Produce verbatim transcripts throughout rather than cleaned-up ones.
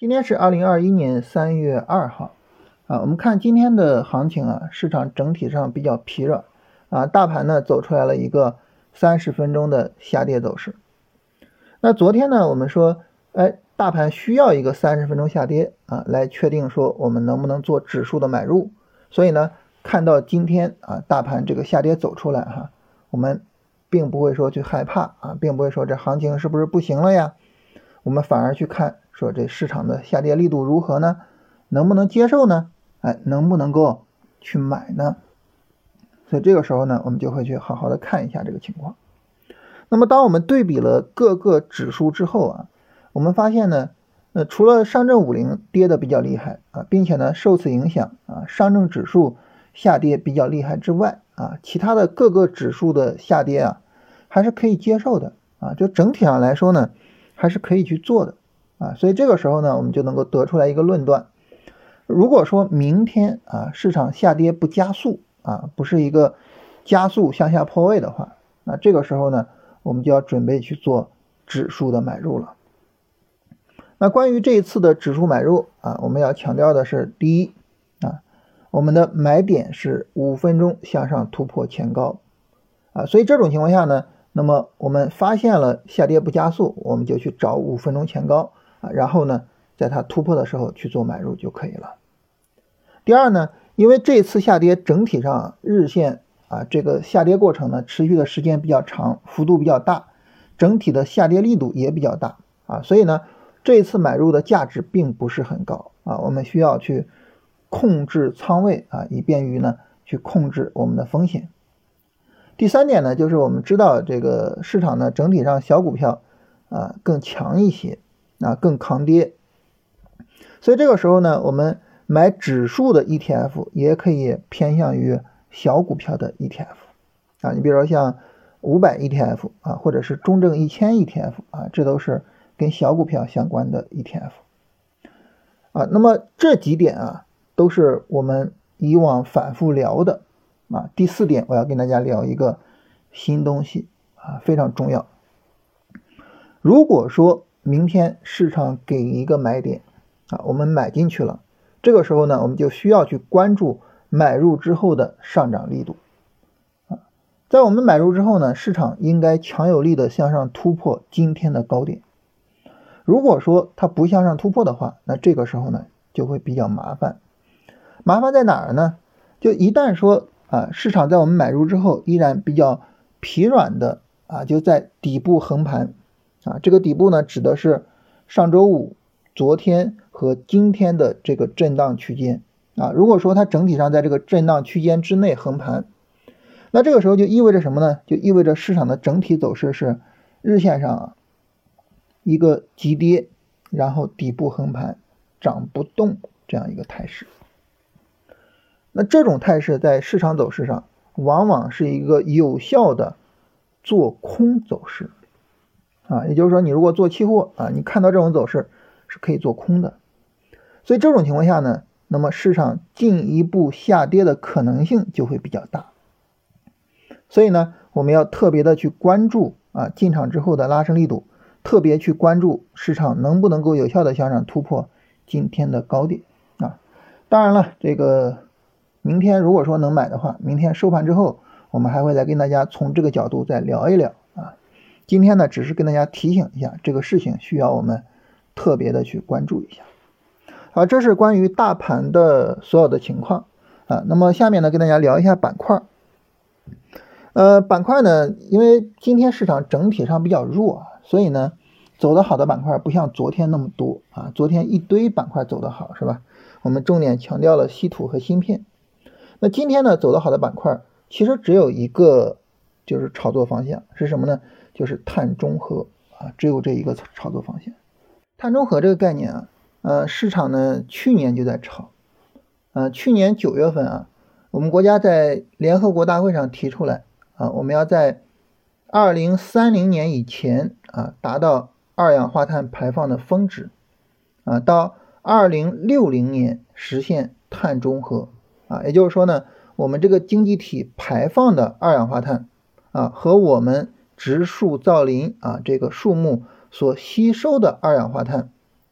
今天是二零二一年三月二号啊，我们看今天的行情啊，市场整体上比较疲软啊，大盘呢走出来了一个三十分钟的下跌走势。那昨天呢，我们说，哎，大盘需要一个三十分钟下跌啊，来确定说我们能不能做指数的买入。所以呢，看到今天啊，大盘这个下跌走出来哈，我们并不会说去害怕啊，并不会说这行情是不是不行了呀，我们反而去看说这市场的下跌力度如何呢？能不能接受呢？哎，能不能够去买呢？所以这个时候呢，我们就会去好好的看一下这个情况。那么当我们对比了各个指数之后啊，我们发现呢，呃，除了上证五零跌的比较厉害啊，并且呢受此影响啊，上证指数下跌比较厉害之外啊，其他的各个指数的下跌啊，还是可以接受的啊，就整体上来说呢，还是可以去做的啊，所以这个时候呢，我们就能够得出来一个论断。如果说明天啊市场下跌不加速啊，不是一个加速向下破位的话，那这个时候呢，我们就要准备去做指数的买入了。那关于这一次的指数买入啊，我们要强调的是，第一啊，我们的买点是五分钟向上突破前高啊，所以这种情况下呢，那么我们发现了下跌不加速，我们就去找五分钟前高啊，然后呢，在它突破的时候去做买入就可以了。第二呢，因为这次下跌整体上日线啊，这个下跌过程呢持续的时间比较长，幅度比较大，整体的下跌力度也比较大啊，所以呢，这一次买入的价值并不是很高啊，我们需要去控制仓位啊，以便于呢去控制我们的风险。第三点呢，就是我们知道这个市场呢整体上小股票啊更强一些啊，更抗跌，所以这个时候呢，我们买指数的 E T F 也可以偏向于小股票的 E T F 啊，你比如说像五百 E T F 啊，或者是中证一千 E T F 啊，这都是跟小股票相关的 E T F 啊。那么这几点啊，都是我们以往反复聊的啊。第四点，我要跟大家聊一个新东西啊，非常重要。如果说明天市场给一个买点啊，我们买进去了，这个时候呢，我们就需要去关注买入之后的上涨力度啊。在我们买入之后呢，市场应该强有力的向上突破今天的高点。如果说它不向上突破的话，那这个时候呢就会比较麻烦。麻烦在哪儿呢？就一旦说啊，市场在我们买入之后依然比较疲软的啊，就在底部横盘啊，这个底部呢指的是上周五、昨天和今天的这个震荡区间啊。如果说它整体上在这个震荡区间之内横盘，那这个时候就意味着什么呢？就意味着市场的整体走势是日线上啊一个急跌，然后底部横盘涨不动这样一个态势。那这种态势在市场走势上往往是一个有效的做空走势啊，也就是说你如果做期货啊，你看到这种走势是可以做空的。所以这种情况下呢，那么市场进一步下跌的可能性就会比较大。所以呢，我们要特别的去关注啊进场之后的拉升力度，特别去关注市场能不能够有效的向上突破今天的高点啊。当然了，这个明天如果说能买的话，明天收盘之后我们还会再跟大家从这个角度再聊一聊啊。今天呢，只是跟大家提醒一下，这个事情需要我们特别的去关注一下。好，这是关于大盘的所有的情况啊。那么下面呢，跟大家聊一下板块。呃，板块呢，因为今天市场整体上比较弱啊，所以呢，走得好的板块不像昨天那么多啊。昨天一堆板块走得好，是吧？我们重点强调了稀土和芯片。那今天呢，走得好的板块其实只有一个，就是炒作方向是什么呢？就是碳中和啊，只有这一个炒作方向。碳中和这个概念啊，呃，市场呢去年就在炒，呃，去年九月份啊，我们国家在联合国大会上提出来啊，我们要在二零三零年以前啊达到二氧化碳排放的峰值啊，到二零六零年实现碳中和啊，也就是说呢，我们这个经济体排放的二氧化碳啊和我们植树造林啊这个树木所吸收的二氧化碳，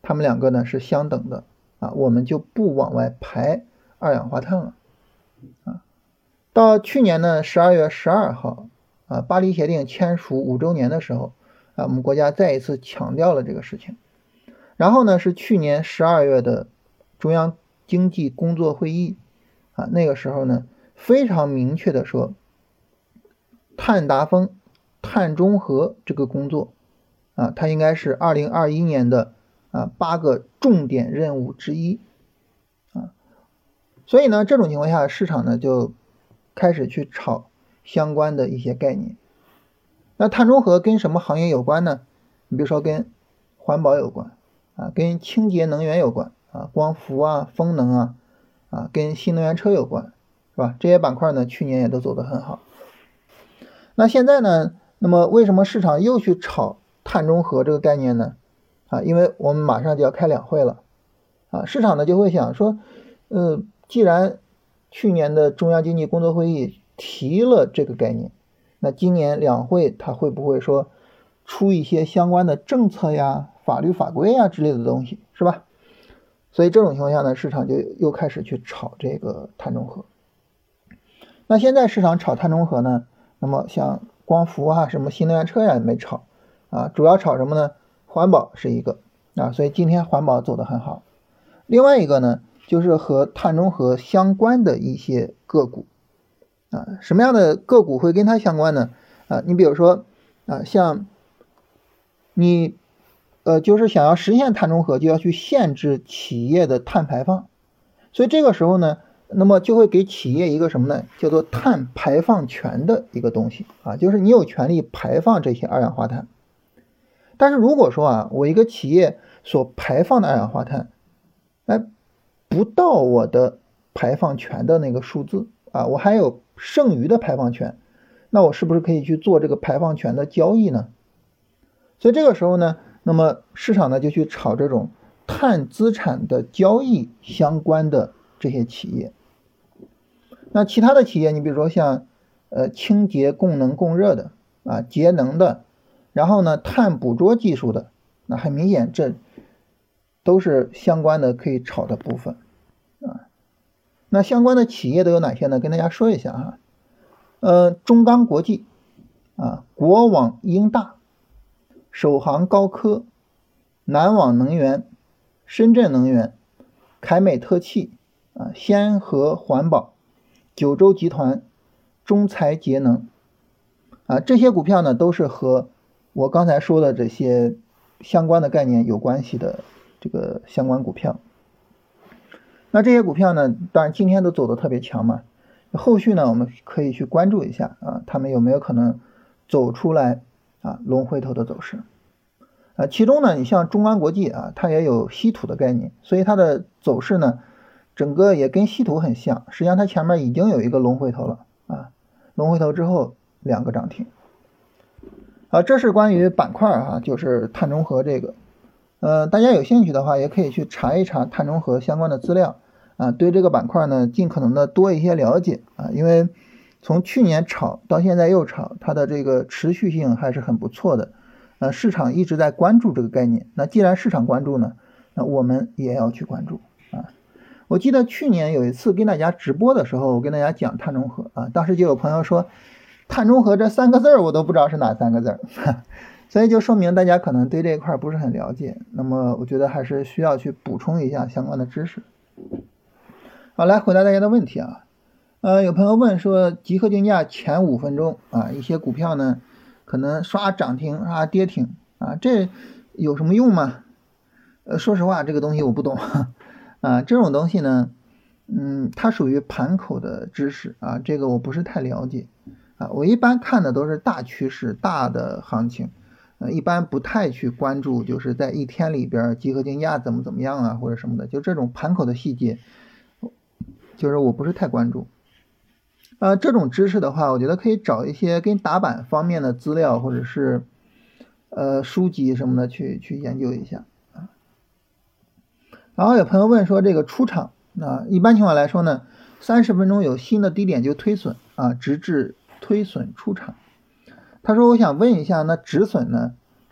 它们两个呢是相等的啊，我们就不往外排二氧化碳了啊。到去年呢十二月十二号啊，巴黎协定签署五周年的时候啊，我们国家再一次强调了这个事情。然后呢是去年十二月的中央经济工作会议啊，那个时候呢非常明确的说，碳达峰、碳中和这个工作啊，它应该是二零二一年的啊八个重点任务之一啊。所以呢，这种情况下，市场呢就开始去炒相关的一些概念。那碳中和跟什么行业有关呢？你比如说跟环保有关啊，跟清洁能源有关啊，光伏啊、风能啊，啊，跟新能源车有关，是吧？这些板块呢，去年也都走得很好。那现在呢，那么为什么市场又去炒碳中和这个概念呢？啊，因为我们马上就要开两会了啊，市场呢就会想说，呃，既然去年的中央经济工作会议提了这个概念，那今年两会它会不会说出一些相关的政策呀、法律法规呀之类的东西，是吧？所以这种情况下呢，市场就又开始去炒这个碳中和。那现在市场炒碳中和呢，那么像光伏啊、什么新能源车呀也没炒啊，主要炒什么呢？环保是一个啊，所以今天环保走得很好。另外一个呢，就是和碳中和相关的一些个股啊，什么样的个股会跟它相关呢？啊，你比如说啊，像你呃，就是想要实现碳中和，就要去限制企业的碳排放，所以这个时候呢，那么就会给企业一个什么呢？叫做碳排放权的一个东西啊，就是你有权利排放这些二氧化碳。但是如果说啊，我一个企业所排放的二氧化碳，哎，不到我的排放权的那个数字啊，我还有剩余的排放权，那我是不是可以去做这个排放权的交易呢？所以这个时候呢，那么市场呢就去炒这种碳资产的交易相关的这些企业。那其他的企业，你比如说像呃清洁供能供热的啊，节能的，然后呢碳捕捉技术的，那很明显这都是相关的可以炒的部分啊。那相关的企业都有哪些呢？跟大家说一下哈。呃，中钢国际啊，国网英大、首航高科、南网能源、深圳能源、凯美特气啊、先河环保、九州集团、中财节能啊，这些股票呢都是和我刚才说的这些相关的概念有关系的这个相关股票。那这些股票呢，当然今天都走得特别强嘛，后续呢我们可以去关注一下啊，他们有没有可能走出来啊龙回头的走势啊。其中呢，你像中钢国际啊，它也有稀土的概念，所以它的走势呢整个也跟稀土很像，实际上它前面已经有一个龙回头了啊，龙回头之后两个涨停啊。这是关于板块啊，就是碳中和这个呃，大家有兴趣的话也可以去查一查碳中和相关的资料啊，对这个板块呢尽可能的多一些了解啊，因为从去年炒到现在又炒，它的这个持续性还是很不错的，呃，市场一直在关注这个概念，那既然市场关注呢，那我们也要去关注啊。我记得去年有一次跟大家直播的时候，我跟大家讲碳中和啊，当时就有朋友说碳中和这三个字我都不知道是哪三个字所以就说明大家可能对这一块不是很了解，那么我觉得还是需要去补充一下相关的知识。好，来回答大家的问题啊。呃，有朋友问说，集合竞价前五分钟啊，一些股票呢可能刷涨停刷跌停啊，这有什么用吗？呃，说实话，这个东西我不懂啊，这种东西呢，嗯，它属于盘口的知识啊，这个我不是太了解啊。我一般看的都是大趋势、大的行情。呃，一般不太去关注，就是在一天里边集合竞价怎么怎么样啊，或者什么的，就这种盘口的细节，就是我不是太关注。呃，这种知识的话，我觉得可以找一些跟打板方面的资料，或者是呃书籍什么的去去研究一下啊。然后有朋友问说，这个出场啊，一般情况来说呢，三十分钟有新的低点就推损啊，直至推损出场。他说我想问一下，那止损呢？止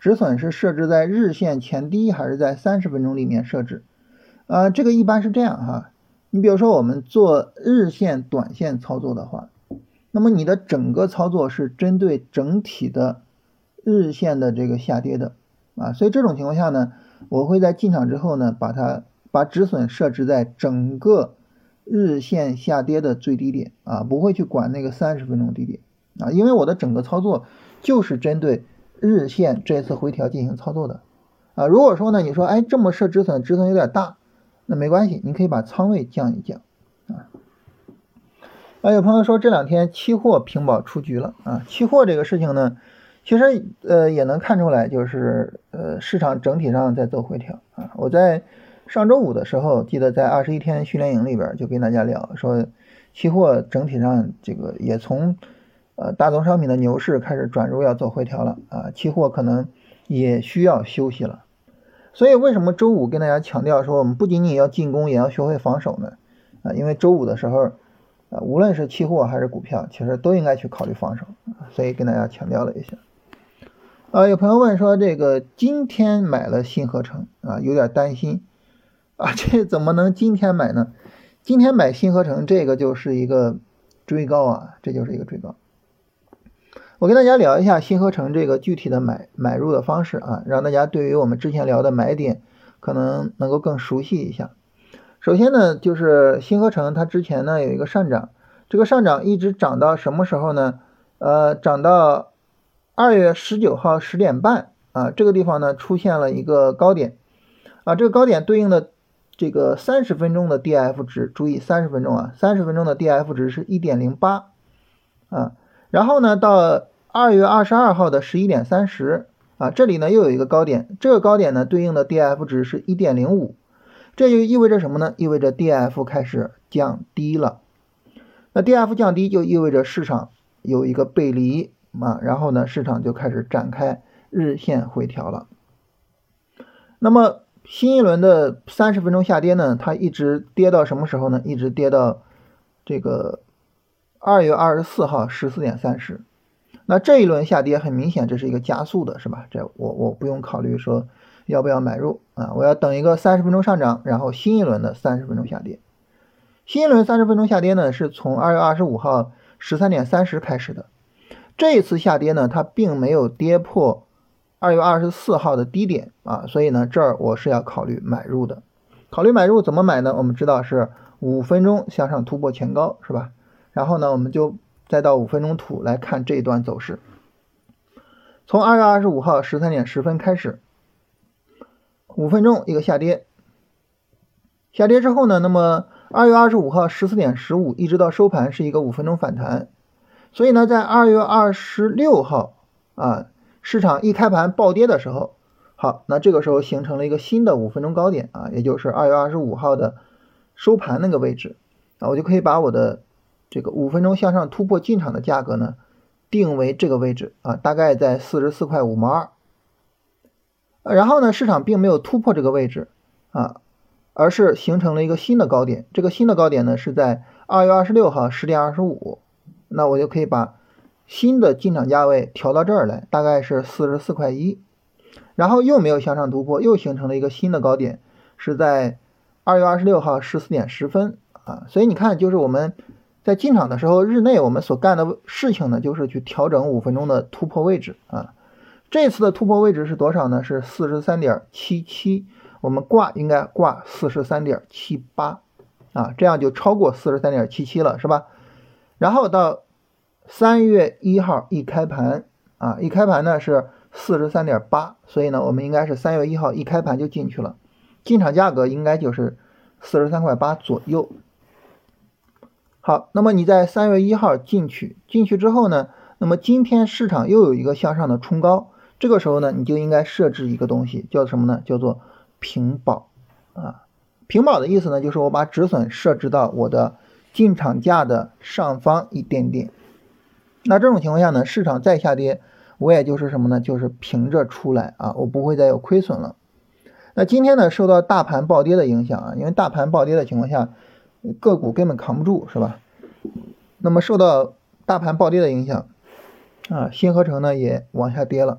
止损是设置在日线前低还是在三十分钟里面设置？呃，这个一般是这样哈，你比如说我们做日线短线操作的话，那么你的整个操作是针对整体的日线的这个下跌的啊，所以这种情况下呢，我会在进场之后呢，把它把止损设置在整个日线下跌的最低点啊，不会去管那个三十分钟低点啊，因为我的整个操作就是针对日线这次回调进行操作的啊。如果说呢，你说哎这么设止损，止损有点大，那没关系，你可以把仓位降一降啊。啊，有朋友说这两天期货平保出局了啊，期货这个事情呢，其实呃也能看出来，就是呃市场整体上在做回调啊。我在上周五的时候，记得在二十一天训练营里边就跟大家聊说，期货整体上这个也从呃大宗商品的牛市开始转入要做回调了啊，期货可能也需要休息了。所以为什么周五跟大家强调说我们不仅仅要进攻，也要学会防守呢？啊，因为周五的时候啊，无论是期货还是股票，其实都应该去考虑防守，所以跟大家强调了一下。啊，有朋友问说这个今天买了新合成啊，有点担心啊，这怎么能今天买呢？今天买新合成这个就是一个追高啊，这就是一个追高。我跟大家聊一下新合成这个具体的买买入的方式啊，让大家对于我们之前聊的买点可能能够更熟悉一下。首先呢，就是新合成它之前呢有一个上涨，这个上涨一直涨到什么时候呢？呃，涨到二月十九号十点半啊，这个地方呢出现了一个高点啊，这个高点对应的这个三十分钟的 D F 值，注意三十分钟啊，三十分钟的 D F 值是 一点零八 啊，然后呢到二月二十二号的十一点三十啊，这里呢又有一个高点，这个高点呢对应的 D F 值是 一点零五。这就意味着什么呢？意味着 D F 开始降低了。那 D F 降低就意味着市场有一个背离啊，然后呢，市场就开始展开日线回调了。那么新一轮的三十分钟下跌呢，它一直跌到什么时候呢？一直跌到这个二月二十四号十四点三十。那这一轮下跌很明显这是一个加速的，是吧？这我我不用考虑说要不要买入啊？我要等一个三十分钟上涨，然后新一轮的三十分钟下跌。新一轮三十分钟下跌呢，是从二月二十五号十三点三十开始的。这一次下跌呢，它并没有跌破二月二十四号的低点啊，所以呢，这儿我是要考虑买入的。考虑买入怎么买呢？我们知道是五分钟向上突破前高，是吧？然后呢，我们就再到五分钟图来看这一段走势。从二月二十五号十三点十分开始，五分钟一个下跌，下跌之后呢，那么二月二十五号十四点十五一直到收盘是一个五分钟反弹，所以呢，在二月二十六号啊，市场一开盘暴跌的时候，好，那这个时候形成了一个新的五分钟高点啊，也就是二月二十五号的收盘那个位置啊，我就可以把我的这个五分钟向上突破进场的价格呢定为这个位置啊，大概在四十四块五毛二。然后呢，市场并没有突破这个位置啊，而是形成了一个新的高点。这个新的高点呢是在二月二十六号十点二十五，那我就可以把新的进场价位调到这儿来，大概是四十四块一。然后又没有向上突破，又形成了一个新的高点，是在二月二十六号十四点十分啊。所以你看，就是我们在进场的时候，日内我们所干的事情呢，就是去调整五分钟的突破位置啊。这次的突破位置是多少呢？是 四十三点七七， 我们挂应该挂 四十三点七八 啊，这样就超过 四十三点七七 了，是吧？然后到三月一号一开盘啊，一开盘呢是 四十三点八， 所以呢我们应该是三月一号一开盘就进去了，进场价格应该就是四十三块八左右。好，那么你在三月一号进去，进去之后呢，那么今天市场又有一个向上的冲高，这个时候呢，你就应该设置一个东西，叫什么呢？叫做平保啊。平保的意思呢，就是我把止损设置到我的进场价的上方一点点。那这种情况下呢，市场再下跌，我也就是什么呢？就是平着出来啊，我不会再有亏损了。那今天呢，受到大盘暴跌的影响啊，因为大盘暴跌的情况下，个股根本扛不住，是吧？那么受到大盘暴跌的影响啊，新合成呢也往下跌了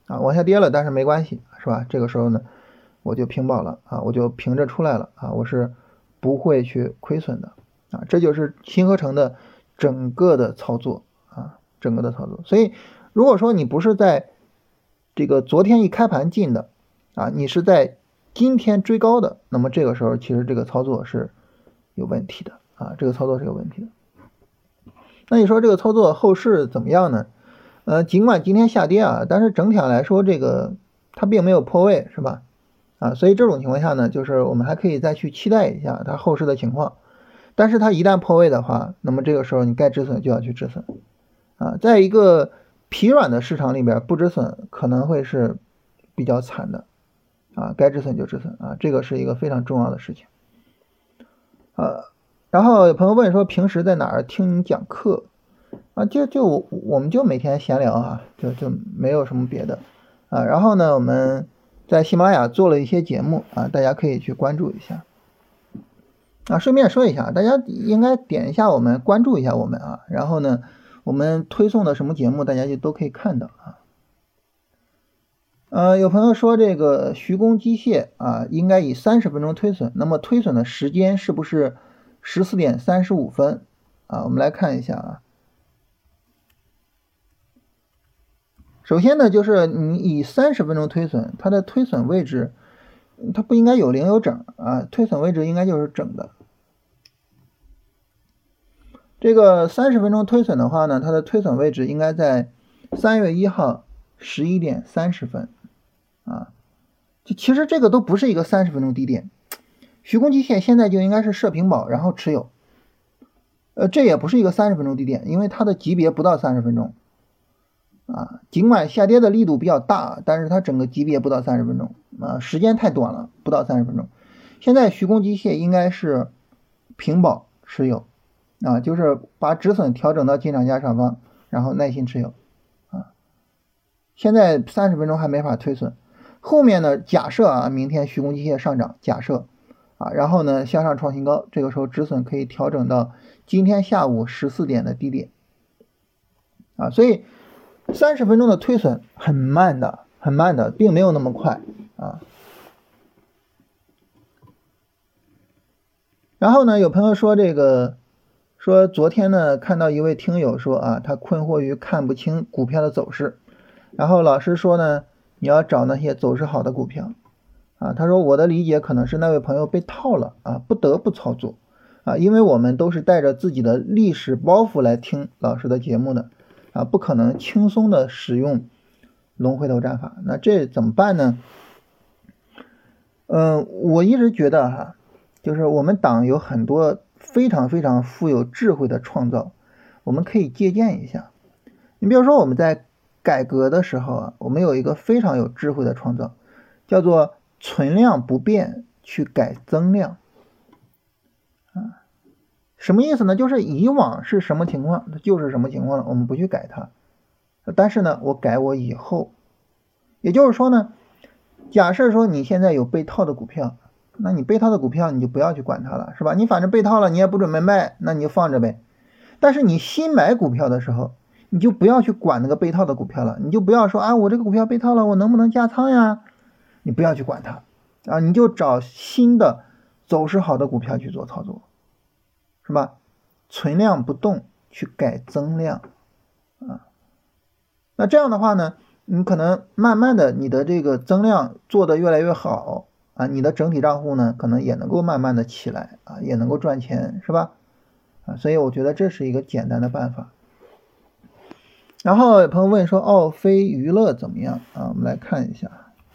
啊，往下跌了，但是没关系，是吧？这个时候呢，我就平保了啊，我就平着出来了啊，我是不会去亏损的啊，这就是新合成的整个的操作啊，整个的操作。所以如果说你不是在这个昨天一开盘进的啊，你是在今天追高的，那么这个时候其实这个操作是有问题的啊，这个操作是有问题的。那你说这个操作后市怎么样呢？呃，尽管今天下跌啊，但是整体上来说，这个它并没有破位，是吧？啊，所以这种情况下呢，就是我们还可以再去期待一下它后市的情况。但是它一旦破位的话，那么这个时候你该止损就要去止损啊。在一个疲软的市场里边，不止损可能会是比较惨的啊，该止损就止损啊，这个是一个非常重要的事情。呃，然后有朋友问说，平时在哪儿听你讲课啊？就就我们就每天闲聊啊，就就没有什么别的啊。然后呢，我们在喜马拉雅做了一些节目啊，大家可以去关注一下啊。顺便说一下，大家应该点一下我们，关注一下我们啊。然后呢，我们推送的什么节目，大家就都可以看到啊。呃，有朋友说这个徐工机械啊，应该以三十分钟推损，那么推损的时间是不是十四点三十五分啊？我们来看一下啊。首先呢，就是你以三十分钟推损，它的推损位置，它不应该有零有整啊，推损位置应该就是整的。这个三十分钟推损的话呢，它的推损位置应该在三月一号十一点三十分。啊，就其实这个都不是一个三十分钟低点，徐工机械现在就应该是设平保，然后持有，呃，这也不是一个三十分钟低点，因为它的级别不到三十分钟，啊，尽管下跌的力度比较大，但是它整个级别不到三十分钟，啊，时间太短了，不到三十分钟。现在徐工机械应该是平保持有，啊，就是把止损调整到进场价上方，然后耐心持有，啊，现在三十分钟还没法推损。后面呢，假设啊，明天徐工机械上涨，假设啊，然后呢向上创新高，这个时候止损可以调整到今天下午十四点的低点啊，所以三十分钟的推损很慢的，很慢的，并没有那么快啊。然后呢，有朋友说这个，说昨天呢看到一位听友说啊，他困惑于看不清股票的走势，然后老师说呢，你要找那些走势好的股票啊。他说我的理解可能是那位朋友被套了啊，不得不操作啊，因为我们都是带着自己的历史包袱来听老师的节目的啊，不可能轻松的使用龙回头战法。那这怎么办呢？嗯、呃，我一直觉得哈，就是我们党有很多非常非常富有智慧的创造，我们可以借鉴一下。你比如说我们在改革的时候啊，我们有一个非常有智慧的创造，叫做存量不变去改增量啊。什么意思呢？就是以往是什么情况就是什么情况了，我们不去改它，但是呢我改我以后。也就是说呢，假设说你现在有被套的股票，那你被套的股票你就不要去管它了，是吧？你反正被套了，你也不准备卖，那你就放着呗。但是你新买股票的时候，你就不要去管那个被套的股票了，你就不要说啊，我这个股票被套了，我能不能加仓呀？你不要去管它啊，你就找新的走势好的股票去做操作，是吧？存量不动去改增量啊。那这样的话呢，你可能慢慢的你的这个增量做得越来越好啊，你的整体账户呢可能也能够慢慢的起来啊，也能够赚钱，是吧？啊，所以我觉得这是一个简单的办法。然后有朋友问说奥飞娱乐怎么样啊？我们来看一下。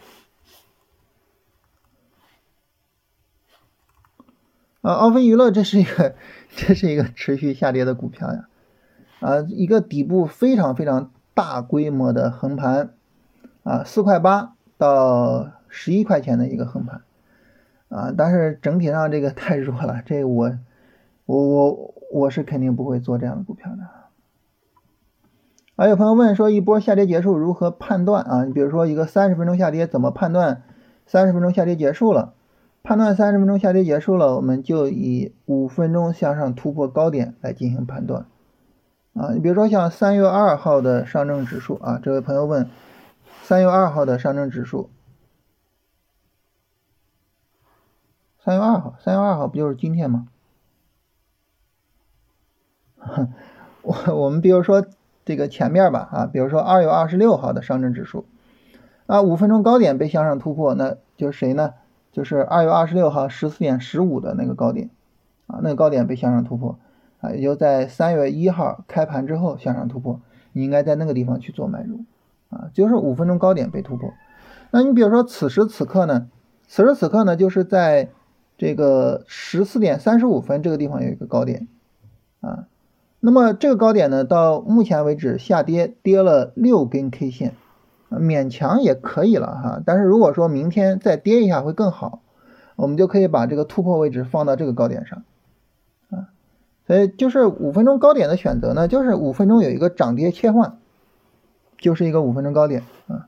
啊，奥飞娱乐这是一个这是一个持续下跌的股票呀，啊，一个底部非常非常大规模的横盘，啊，四块八到十一块钱的一个横盘，啊，但是整体上这个太弱了，这个我我我我是肯定不会做这样的股票的。还有朋友问说一波下跌结束如何判断啊？你比如说一个三十分钟下跌怎么判断三十分钟下跌结束了？判断三十分钟下跌结束了，我们就以五分钟向上突破高点来进行判断啊。你比如说像三月二号的上证指数啊，这位朋友问三月二号的上证指数，三月二号，三月二号不就是今天吗？我我们比如说这个前面吧，啊，比如说二月二十六号的上证指数，啊，五分钟高点被向上突破，那就是谁呢？就是二月二十六号十四点十五的那个高点，啊，那个高点被向上突破，啊，也就在三月一号开盘之后向上突破，你应该在那个地方去做买入，啊，就是五分钟高点被突破。那你比如说此时此刻呢，此时此刻呢，就是在这个十四点三十五分这个地方有一个高点，啊，那么这个高点呢，到目前为止下跌跌了六根 K 线。勉强也可以了哈，但是如果说明天再跌一下会更好，我们就可以把这个突破位置放到这个高点上啊。所以就是五分钟高点的选择呢，就是五分钟有一个涨跌切换，就是一个五分钟高点啊。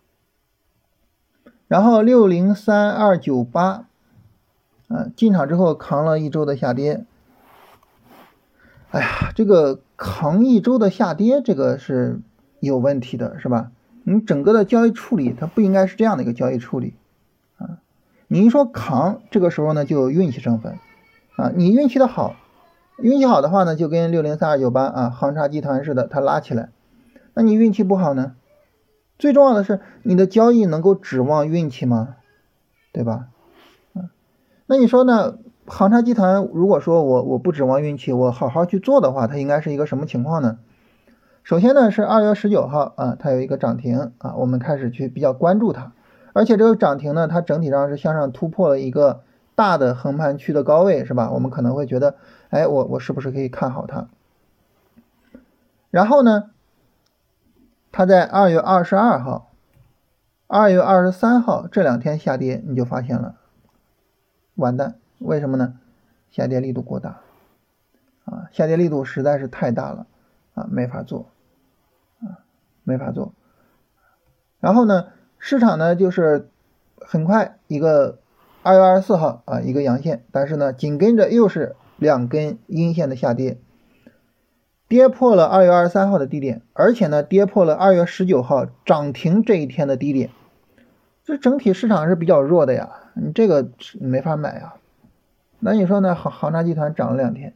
然后六零三二九八啊，进场之后扛了一周的下跌。哎呀，这个扛一周的下跌，这个是有问题的，是吧？你整个的交易处理它不应该是这样的一个交易处理啊！你一说扛，这个时候呢就有运气成分啊！你运气的好，运气好的话呢，就跟六零三二九八啊航差集团似的，它拉起来。那你运气不好呢？最重要的是你的交易能够指望运气吗？对吧？啊，那你说呢？航差集团如果说我我不指望运气，我好好去做的话，它应该是一个什么情况呢？首先呢是二月十九号啊，它有一个涨停啊，我们开始去比较关注它，而且这个涨停呢，它整体上是向上突破了一个大的横盘区的高位，是吧？我们可能会觉得，哎，我我是不是可以看好它？然后呢，它在二月二十二号、二月二十三号这两天下跌，你就发现了，完蛋，为什么呢？下跌力度过大啊，下跌力度实在是太大了啊，没法做。啊，没法做。然后呢，市场呢就是很快一个二月二十四号啊一个阳线，但是呢紧跟着又是两根阴线的下跌，跌破了二月二十三号的低点，而且呢跌破了二月十九号涨停这一天的低点。这整体市场是比较弱的呀，你这个没法买啊。那你说呢？航航差集团涨了两天。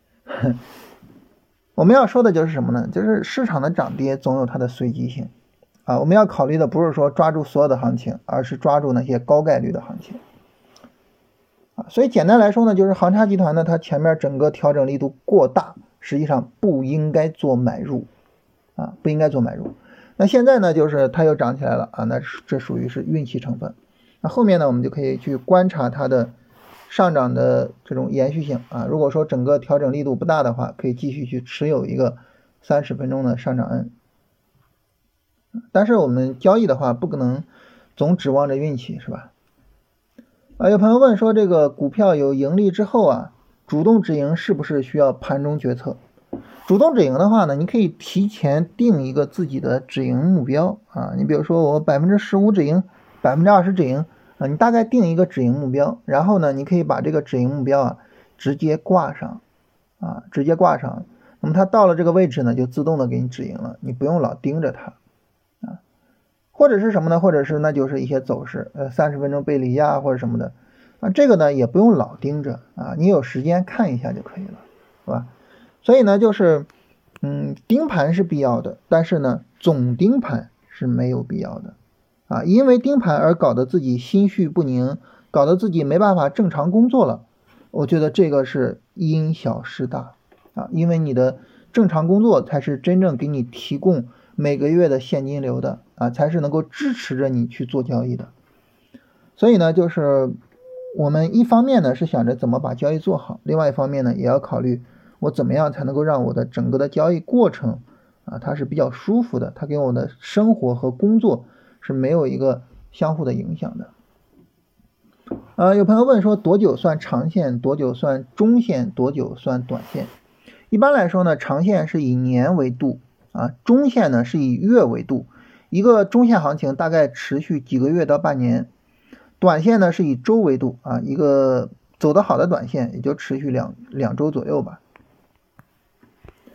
我们要说的就是什么呢？就是市场的涨跌总有它的随机性啊。我们要考虑的不是说抓住所有的行情，而是抓住那些高概率的行情啊。所以简单来说呢，就是航差集团呢，它前面整个调整力度过大，实际上不应该做买入啊，不应该做买入。那现在呢，就是它又涨起来了啊，那这属于是运气成分。那后面呢，我们就可以去观察它的上涨的这种延续性啊，如果说整个调整力度不大的话，可以继续去持有一个三十分钟的上涨 N。但是我们交易的话，不可能总指望着运气，是吧？啊，有朋友问说，这个股票有盈利之后啊，主动止盈是不是需要盘中决策？主动止盈的话呢，你可以提前定一个自己的止盈目标啊，你比如说我百分之十五止盈，百分之二十止盈。啊，你大概定一个止盈目标，然后呢，你可以把这个止盈目标啊直接挂上，啊，直接挂上。那么它到了这个位置呢，就自动的给你止盈了，你不用老盯着它，啊，或者是什么呢？或者是那就是一些走势，呃，三十分钟背离呀或者什么的，啊，这个呢也不用老盯着啊，你有时间看一下就可以了，是吧？所以呢，就是嗯，盯盘是必要的，但是呢，总盯盘是没有必要的。啊，因为盯盘而搞得自己心绪不宁，搞得自己没办法正常工作了，我觉得这个是因小失大啊，因为你的正常工作才是真正给你提供每个月的现金流的啊，才是能够支持着你去做交易的。所以呢，就是我们一方面呢是想着怎么把交易做好，另外一方面呢也要考虑我怎么样才能够让我的整个的交易过程啊，它是比较舒服的，它给我的生活和工作是没有一个相互的影响的。呃，有朋友问说多久算长线，多久算中线，多久算短线？一般来说呢，长线是以年为度啊，中线呢是以月为度。一个中线行情大概持续几个月到半年，短线呢是以周为度啊，一个走得好的短线也就持续两两周左右吧。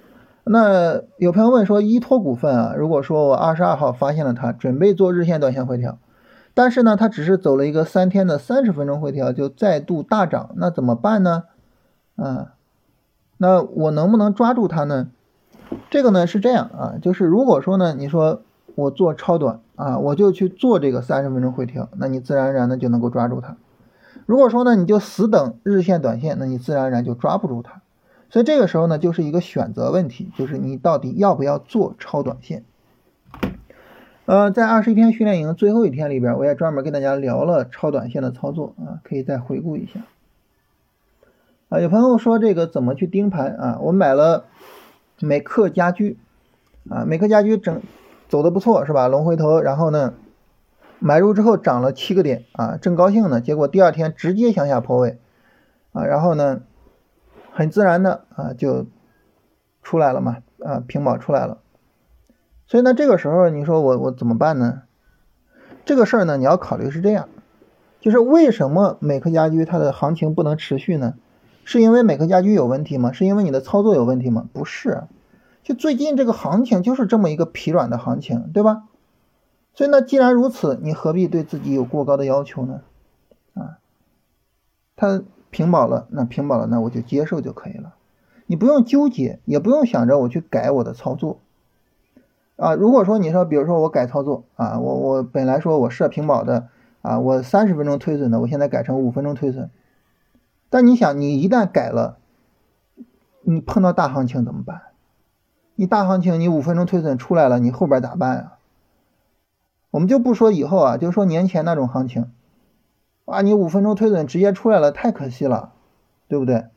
那有朋友问说，依托股份啊，如果说我二十二号发现了它，准备做日线短线回调，但是呢，它只是走了一个三天的三十分钟回调就再度大涨，那怎么办呢？啊，那我能不能抓住它呢？这个呢是这样啊，就是如果说呢，你说我做超短啊，我就去做这个三十分钟回调，那你自然而然的就能够抓住它。如果说呢，你就死等日线短线，那你自然而然就抓不住它。所以这个时候呢，就是一个选择问题，就是你到底要不要做超短线。呃，在二十一天训练营最后一天里边，我也专门跟大家聊了超短线的操作啊，可以再回顾一下。啊，有朋友说这个怎么去盯盘啊？我买了美克家居啊，美克家居整走的不错是吧？龙回头，然后呢，买入之后涨了七个点啊，正高兴呢，结果第二天直接向下破位啊，然后呢，很自然的啊就出来了嘛，啊平保出来了。所以呢，这个时候你说我我怎么办呢？这个事儿呢，你要考虑是这样，就是为什么美克家居它的行情不能持续呢？是因为美克家居有问题吗？是因为你的操作有问题吗？不是，就最近这个行情就是这么一个疲软的行情，对吧？所以呢，既然如此，你何必对自己有过高的要求呢？啊，它平保了，那平保了，那我就接受就可以了。你不用纠结，也不用想着我去改我的操作。啊，如果说你说，比如说我改操作啊，我我本来说我设平保的啊，我三十分钟推损的，我现在改成五分钟推损。但你想，你一旦改了，你碰到大行情怎么办？你大行情你五分钟推损出来了，你后边咋办啊？我们就不说以后啊，就说年前那种行情，啊，你五分钟推损直接出来了，太可惜了，对不对？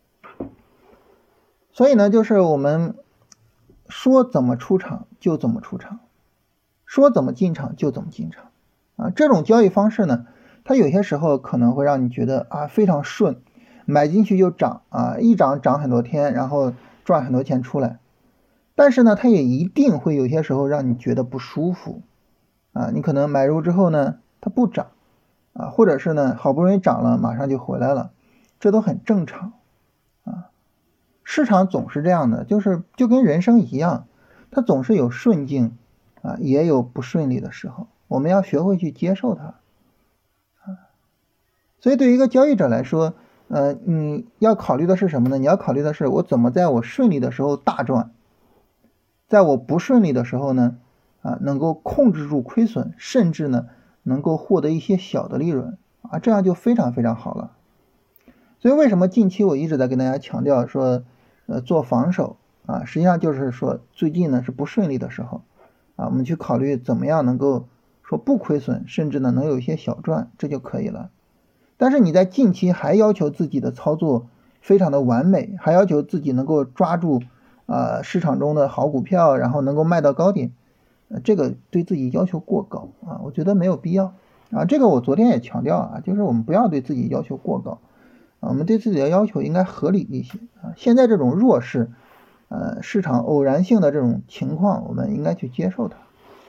所以呢，就是我们说怎么出场就怎么出场，说怎么进场就怎么进场啊。这种交易方式呢，它有些时候可能会让你觉得啊非常顺，买进去就涨啊，一涨涨很多天，然后赚很多钱出来。但是呢，它也一定会有些时候让你觉得不舒服啊。你可能买入之后呢，它不涨啊，或者是呢好不容易涨了，马上就回来了，这都很正常啊。市场总是这样的，就是就跟人生一样，它总是有顺境啊，也有不顺利的时候，我们要学会去接受它啊。所以对于一个交易者来说，呃，你要考虑的是什么呢？你要考虑的是我怎么在我顺利的时候大赚，在我不顺利的时候呢，啊，能够控制住亏损，甚至呢能够获得一些小的利润啊，这样就非常非常好了。所以为什么近期我一直在跟大家强调说，呃，做防守啊，实际上就是说最近呢是不顺利的时候啊，我们去考虑怎么样能够说不亏损，甚至呢能有一些小赚，这就可以了。但是你在近期还要求自己的操作非常的完美，还要求自己能够抓住啊、呃、市场中的好股票，然后能够卖到高点，呃，这个对自己要求过高啊，我觉得没有必要啊。这个我昨天也强调啊，就是我们不要对自己要求过高。我们对自己的要求应该合理一些啊！现在这种弱势，呃，市场偶然性的这种情况，我们应该去接受它。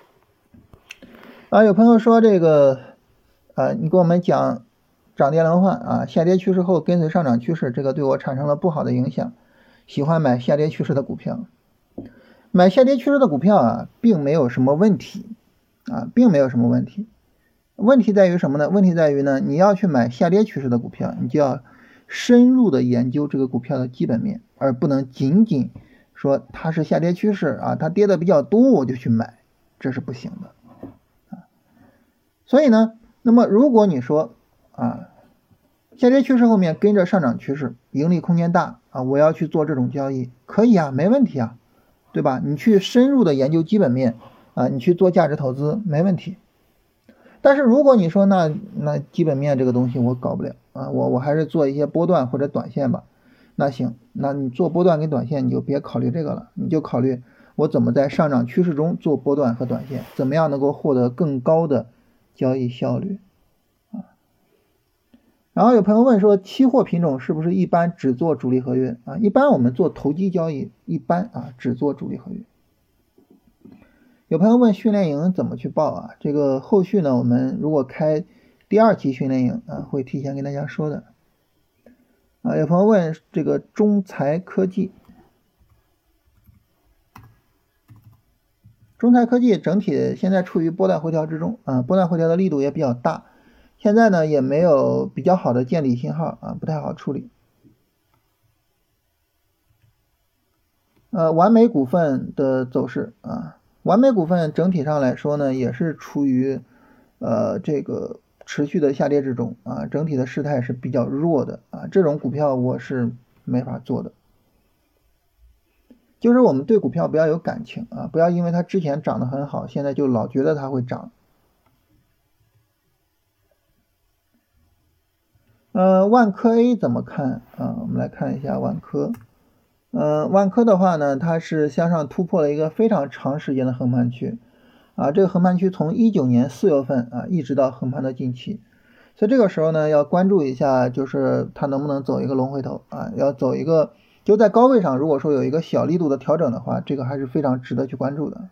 啊，有朋友说这个，呃，你给我们讲涨跌轮换啊，下跌趋势后跟随上涨趋势，这个对我产生了不好的影响，喜欢买下跌趋势的股票。买下跌趋势的股票啊，并没有什么问题啊，并没有什么问题。问题在于什么呢？问题在于呢，你要去买下跌趋势的股票，你就要深入的研究这个股票的基本面，而不能仅仅说它是下跌趋势啊，它跌的比较多我就去买，这是不行的啊。所以呢，那么如果你说啊，下跌趋势后面跟着上涨趋势，盈利空间大啊，我要去做这种交易，可以啊，没问题啊，对吧？你去深入的研究基本面啊，你去做价值投资没问题。但是如果你说那那基本面这个东西我搞不了啊，我我还是做一些波段或者短线吧。那行，那你做波段跟短线你就别考虑这个了，你就考虑我怎么在上涨趋势中做波段和短线，怎么样能够获得更高的交易效率啊。然后有朋友问说，期货品种是不是一般只做主力合约啊？一般我们做投机交易，一般啊只做主力合约。有朋友问训练营怎么去报啊？这个后续呢，我们如果开第二期训练营啊，会提前跟大家说的。啊，有朋友问这个中财科技， 中泰科技整体现在处于波段回调之中啊，波段回调的力度也比较大，现在呢也没有比较好的见底信号啊，不太好处理。呃，完美股份的走势啊，完美股份整体上来说呢，也是处于呃这个持续的下跌之中啊，整体的势态是比较弱的啊，这种股票我是没法做的。就是我们对股票不要有感情啊，不要因为它之前涨得很好，现在就老觉得它会涨。呃，万科 A 怎么看啊？我们来看一下万科。呃，万科的话呢，它是向上突破了一个非常长时间的横盘区啊，这个横盘区从一九年四月份啊一直到横盘的近期，所以这个时候呢要关注一下，就是它能不能走一个龙回头啊，要走一个就在高位上，如果说有一个小力度的调整的话，这个还是非常值得去关注的。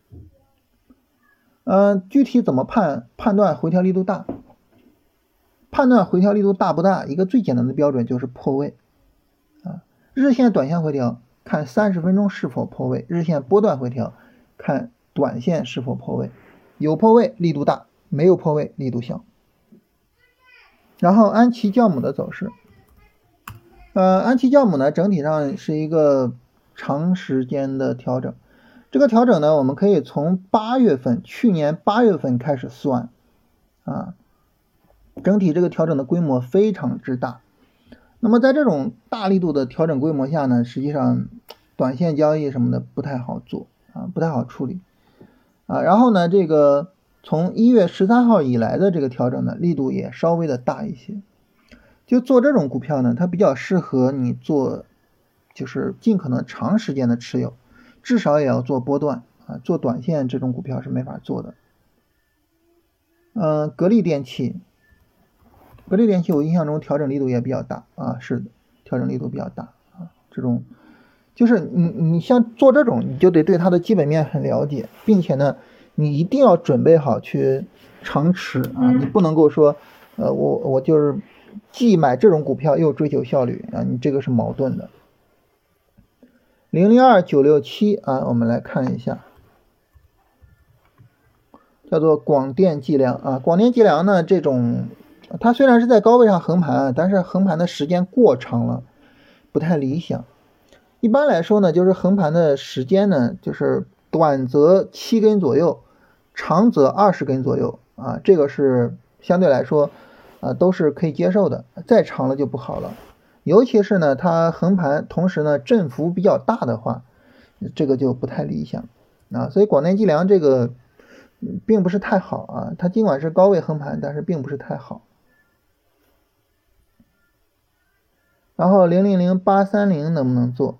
嗯、呃，具体怎么判判断回调力度大？判断回调力度大不大，一个最简单的标准就是破位啊。日线短线回调看三十分钟是否破位，日线波段回调看短线是否破位，有破位力度大，没有破位力度小。然后安琪酵母的走势，呃，安琪酵母呢整体上是一个长时间的调整，这个调整呢我们可以从八月份去年八月份开始算啊，整体这个调整的规模非常之大。那么在这种大力度的调整规模下呢，实际上短线交易什么的不太好做啊，不太好处理啊。然后呢，这个从一月十三号以来的这个调整呢，力度也稍微的大一些。就做这种股票呢，它比较适合你做，就是尽可能长时间的持有，至少也要做波段啊，做短线这种股票是没法做的。嗯、呃，格力电器。格力电器我印象中调整力度也比较大啊，是的，调整力度比较大啊，这种就是你你像做这种，你就得对它的基本面很了解，并且呢，你一定要准备好去长持啊，你不能够说，呃，我我就是既买这种股票又追求效率啊，你这个是矛盾的。零零二九六七啊，我们来看一下，叫做广电计量啊，广电计量呢这种。它虽然是在高位上横盘，但是横盘的时间过长了，不太理想。一般来说呢，就是横盘的时间呢，就是短则七根左右，长则二十根左右啊，这个是相对来说啊都是可以接受的。再长了就不好了，尤其是呢它横盘同时呢振幅比较大的话，这个就不太理想啊。所以广电计量这个并不是太好啊，它尽管是高位横盘，但是并不是太好。然后零零零八三零能不能做？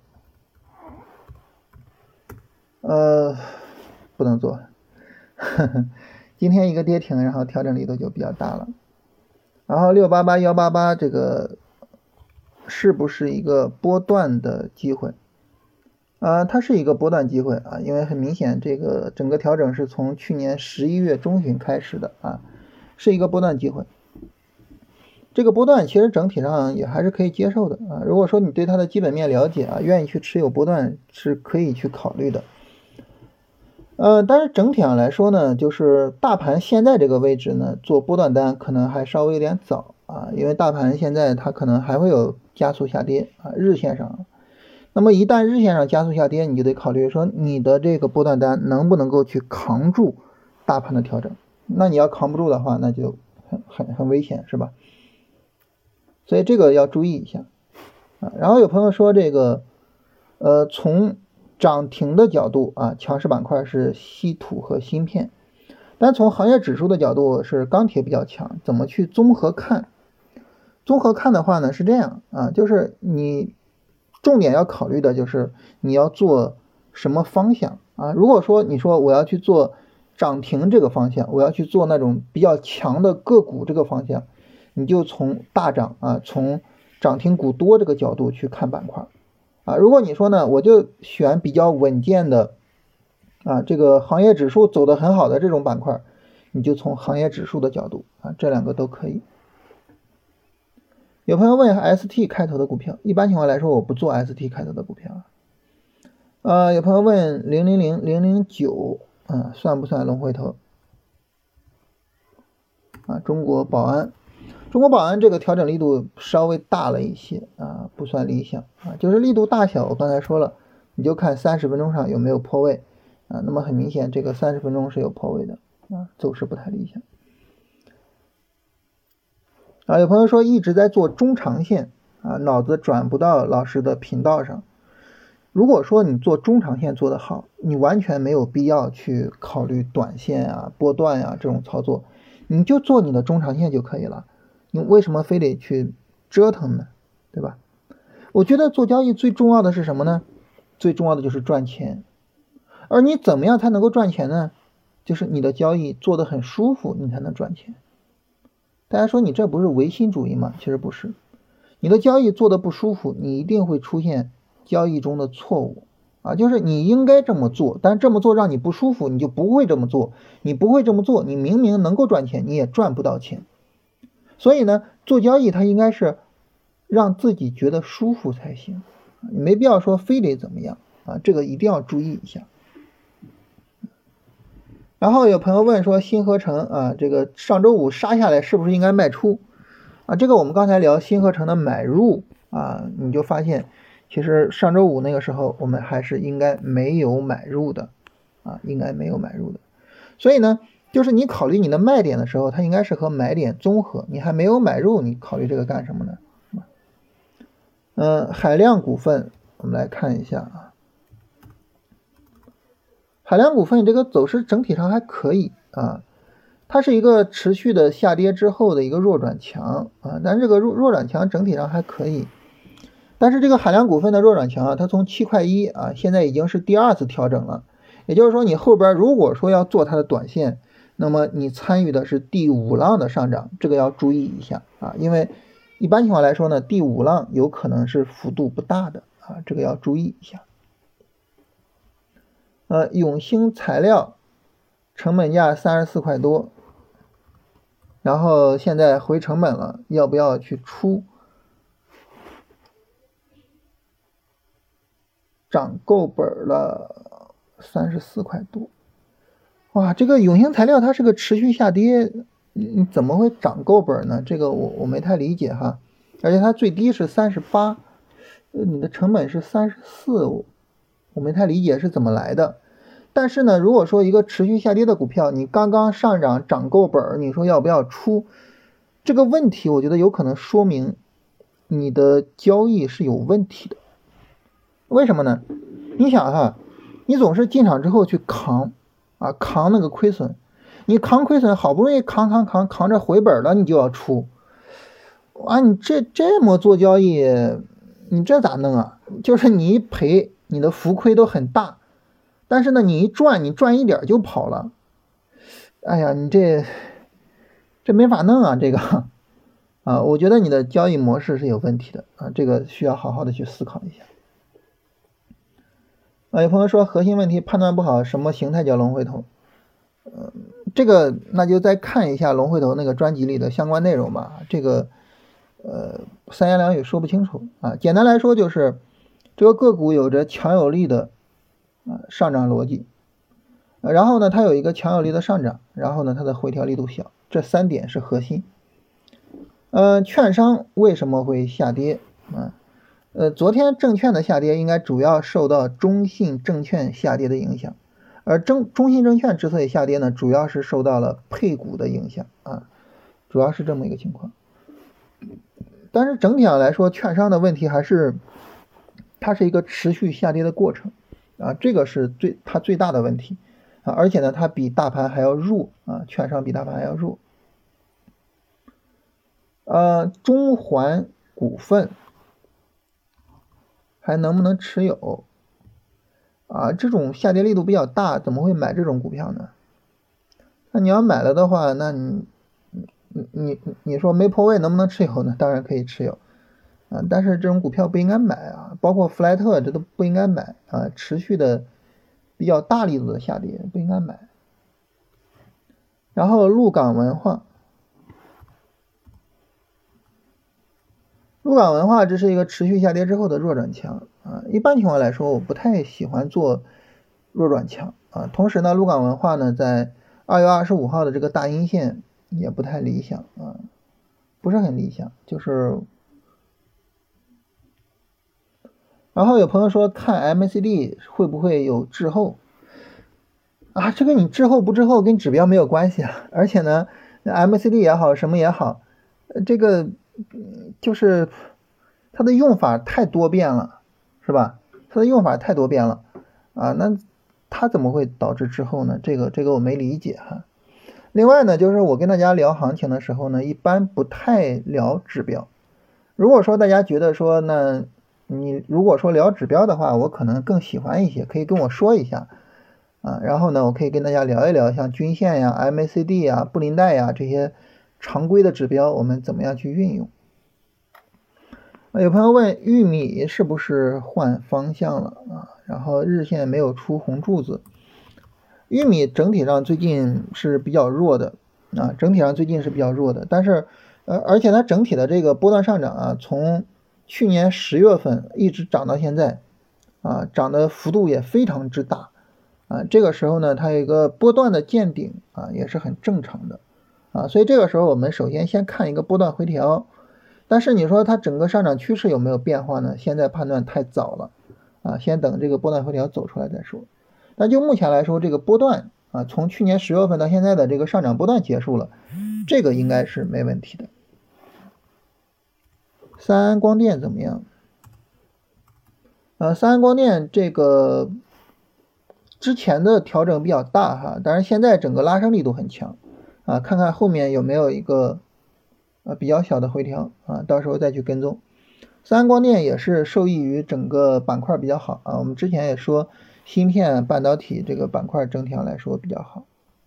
呃，不能做。呵呵，今天一个跌停，然后调整力度就比较大了。然后六八八一八八这个是不是一个波段的机会？啊、呃，它是一个波段机会啊，因为很明显这个整个调整是从去年十一月中旬开始的啊，是一个波段机会。这个波段其实整体上也还是可以接受的啊。如果说你对它的基本面了解啊，愿意去持有波段是可以去考虑的。呃，但是整体上来说呢，就是大盘现在这个位置呢，做波段单可能还稍微有点早啊，因为大盘现在它可能还会有加速下跌啊，日线上。那么一旦日线上加速下跌，你就得考虑说你的这个波段单能不能够去扛住大盘的调整。那你要扛不住的话，那就很很很危险，是吧？所以这个要注意一下啊。然后有朋友说这个呃从涨停的角度啊，强势板块是稀土和芯片，但从行业指数的角度是钢铁比较强。怎么去综合看？综合看的话呢是这样啊，就是你重点要考虑的就是你要做什么方向啊。如果说你说我要去做涨停这个方向，我要去做那种比较强的个股这个方向，你就从大涨啊，从涨停股多这个角度去看板块啊。如果你说呢，我就选比较稳健的啊，这个行业指数走得很好的这种板块，你就从行业指数的角度啊，这两个都可以。有朋友问 S T 开头的股票，一般情况来说我不做 S T 开头的股票。呃，有朋友问零零零零零九嗯，算不算龙回头？啊，中国宝安，中国宝安这个调整力度稍微大了一些啊，不算理想啊，就是力度大小，我刚才说了，你就看三十分钟上有没有破位啊，那么很明显这个三十分钟是有破位的啊，走势不太理想。啊，有朋友说一直在做中长线啊，脑子转不到老师的频道上。如果说你做中长线做得好，你完全没有必要去考虑短线啊、波段啊这种操作，你就做你的中长线就可以了。你为什么非得去折腾呢？对吧？我觉得做交易最重要的是什么呢？最重要的就是赚钱。而你怎么样才能够赚钱呢？就是你的交易做得很舒服，你才能赚钱。大家说你这不是唯心主义吗？其实不是。你的交易做得不舒服，你一定会出现交易中的错误啊，就是你应该这么做，但这么做让你不舒服，你就不会这么做。你不会这么做，你明明能够赚钱，你也赚不到钱。所以呢，做交易它应该是让自己觉得舒服才行，你没必要说非得怎么样啊，这个一定要注意一下。然后有朋友问说新合成啊，这个上周五杀下来是不是应该卖出啊？这个我们刚才聊新合成的买入啊，你就发现其实上周五那个时候我们还是应该没有买入的啊，应该没有买入的。所以呢，就是你考虑你的卖点的时候，它应该是和买点综合，你还没有买入，你考虑这个干什么呢？嗯、呃，海量股份我们来看一下啊。海量股份这个走势整体上还可以啊，它是一个持续的下跌之后的一个弱转强啊，但这个弱弱转强整体上还可以。但是这个海量股份的弱转强啊，它从七块一啊，现在已经是第二次调整了。也就是说，你后边如果说要做它的短线，那么你参与的是第五浪的上涨，这个要注意一下啊，因为一般情况来说呢，第五浪有可能是幅度不大的啊，这个要注意一下。呃，永兴材料成本价三十四块多，然后现在回成本了，要不要去出？涨够本了三十四块多，哇，这个永兴材料它是个持续下跌，你怎么会涨够本呢？这个我我没太理解哈，而且它最低是三十八，呃，你的成本是三十四，我没太理解是怎么来的。但是呢，如果说一个持续下跌的股票，你刚刚上涨涨够本，你说要不要出？这个问题我觉得有可能说明你的交易是有问题的。为什么呢？你想哈，你总是进场之后去扛啊，扛那个亏损，你扛亏损，好不容易扛扛扛扛着回本了，你就要出啊！你这这么做交易，你这咋弄啊？就是你一赔，你的浮亏都很大，但是呢，你一赚，你赚一点就跑了。哎呀，你这这没法弄啊，这个啊，我觉得你的交易模式是有问题的啊，这个需要好好的去思考一下。啊，有朋友说核心问题判断不好，什么形态叫龙回头？呃，这个那就再看一下龙回头那个专辑里的相关内容吧。这个呃三言两语说不清楚啊。简单来说就是这个个股有着强有力的啊上涨逻辑，然后呢它有一个强有力的上涨，然后呢它的回调力度小，这三点是核心。呃，券商为什么会下跌啊？呃，昨天证券的下跌应该主要受到中信证券下跌的影响，而中中信证券之所以下跌呢，主要是受到了配股的影响啊，主要是这么一个情况。但是整体上来说，券商的问题还是它是一个持续下跌的过程啊，这个是最它最大的问题啊，而且呢，它比大盘还要弱啊，券商比大盘还要弱。呃，中环股份还能不能持有啊？这种下跌力度比较大，怎么会买这种股票呢？那你要买了的话，那你你你你说没破位能不能持有呢？当然可以持有啊，但是这种股票不应该买啊，包括弗莱特这都不应该买啊，持续的比较大力度的下跌不应该买。然后陆港文化。陆港文化这是一个持续下跌之后的弱转强啊，一般情况来说我不太喜欢做弱转强啊。同时呢，陆港文化呢在二月二十五号的这个大阴线也不太理想啊，不是很理想，就是。然后有朋友说看 M A C D 会不会有滞后啊？这个你滞后不滞后跟指标没有关系啊，而且呢 M A C D 也好什么也好，这个就是它的用法太多变了，是吧？它的用法太多变了啊，那它怎么会导致滞后呢？这个这个我没理解哈。另外呢，就是我跟大家聊行情的时候呢，一般不太聊指标。如果说大家觉得说那你如果说聊指标的话，我可能更喜欢一些，可以跟我说一下啊，然后呢，我可以跟大家聊一聊像均线呀、M A C D 呀、布林带呀这些常规的指标，我们怎么样去运用。有朋友问玉米是不是换方向了啊？然后日线没有出红柱子，玉米整体上最近是比较弱的啊，整体上最近是比较弱的，但是呃，而且它整体的这个波段上涨啊，从去年十月份一直涨到现在啊，涨的幅度也非常之大啊，这个时候呢，它有一个波段的见顶啊，也是很正常的啊，所以这个时候我们首先先看一个波段回调。但是你说它整个上涨趋势有没有变化呢？现在判断太早了啊，先等这个波段回调走出来再说。但就目前来说，这个波段啊，从去年十月份到现在的这个上涨波段结束了，这个应该是没问题的。三安光电怎么样？呃，三安光电这个之前的调整比较大哈，但是现在整个拉升力度很强啊，看看后面有没有一个呃，比较小的回调啊，到时候再去跟踪。三安光电也是受益于整个板块比较好啊，我们之前也说芯片半导体这个板块整体上来说比较好。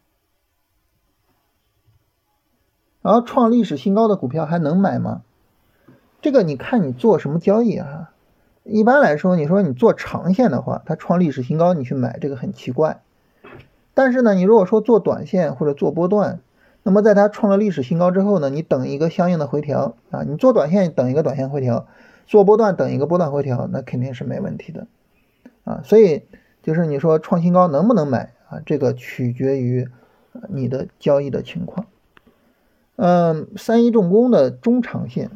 然后创历史新高的股票还能买吗？这个你看你做什么交易啊？一般来说，你说你做长线的话，它创历史新高你去买，这个很奇怪。但是呢，你如果说做短线或者做波段，那么在它创了历史新高之后呢，你等一个相应的回调啊，你做短线等一个短线回调，做波段等一个波段回调，那肯定是没问题的啊。所以就是你说创新高能不能买啊？这个取决于你的交易的情况。嗯，三一重工的中长线，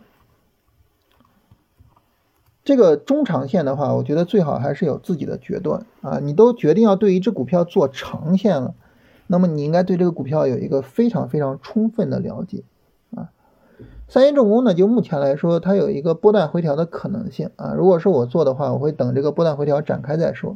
这个中长线的话，我觉得最好还是有自己的决断啊。你都决定要对一只股票做长线了，那么你应该对这个股票有一个非常非常充分的了解啊。三一重工呢，就目前来说，它有一个波段回调的可能性啊。如果是我做的话，我会等这个波段回调展开再说。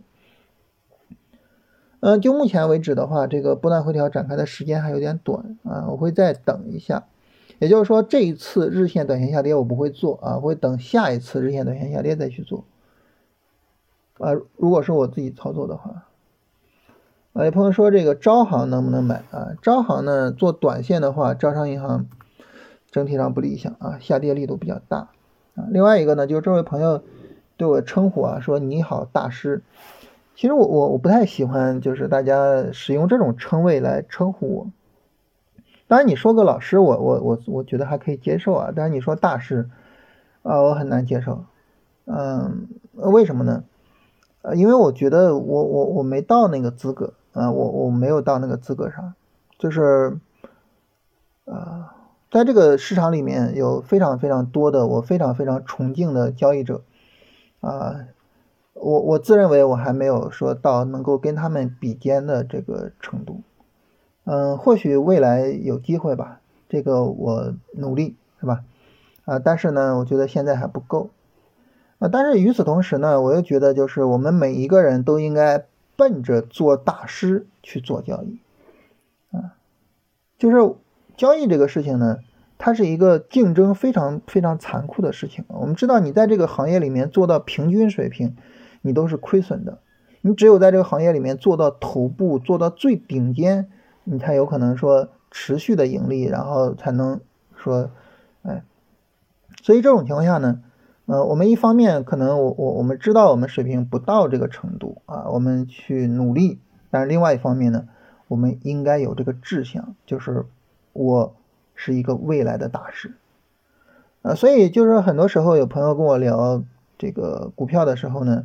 嗯、呃，就目前为止的话，这个波段回调展开的时间还有点短啊，我会再等一下。也就是说，这一次日线短线下跌我不会做啊，我会等下一次日线短线下跌再去做啊。如果是我自己操作的话。啊，有朋友说这个招行能不能买啊？招行呢，做短线的话，招商银行整体上不理想啊，下跌力度比较大啊。另外一个呢，就是这位朋友对我称呼啊，说你好大师。其实我我我不太喜欢，就是大家使用这种称谓来称呼我。当然你说个老师，我我我我觉得还可以接受啊。但是你说大师啊，我很难接受。嗯，为什么呢？呃，因为我觉得我我我没到那个资格啊，我我没有到那个资格上，就是呃，在这个市场里面有非常非常多的我非常非常崇敬的交易者啊，我我自认为我还没有说到能够跟他们比肩的这个程度。嗯，或许未来有机会吧，这个我努力是吧？啊，但是呢，我觉得现在还不够。啊，但是与此同时呢，我又觉得就是我们每一个人都应该奔着做大师去做交易。啊，就是交易这个事情呢，它是一个竞争非常非常残酷的事情。我们知道你在这个行业里面做到平均水平，你都是亏损的。你只有在这个行业里面做到头部，做到最顶尖，你才有可能说持续的盈利，然后才能说，哎，所以这种情况下呢，呃，我们一方面可能我我我们知道我们水平不到这个程度啊，我们去努力，但是另外一方面呢，我们应该有这个志向，就是我是一个未来的大师，啊，所以就是很多时候有朋友跟我聊这个股票的时候呢，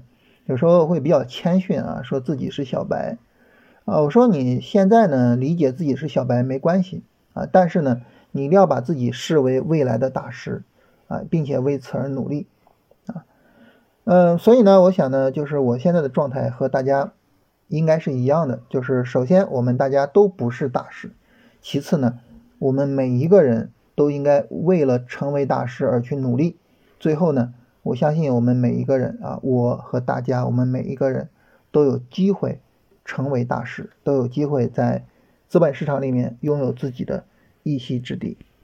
有时候会比较谦逊啊，说自己是小白啊。我说你现在呢理解自己是小白没关系啊，但是呢你一定要把自己视为未来的大师啊，并且为此而努力啊。嗯，所以呢，我想呢，就是我现在的状态和大家应该是一样的，就是首先我们大家都不是大师，其次呢，我们每一个人都应该为了成为大师而去努力。最后呢，我相信我们每一个人啊，我和大家，我们每一个人都有机会成为大师，都有机会在资本市场里面拥有自己的一席之地。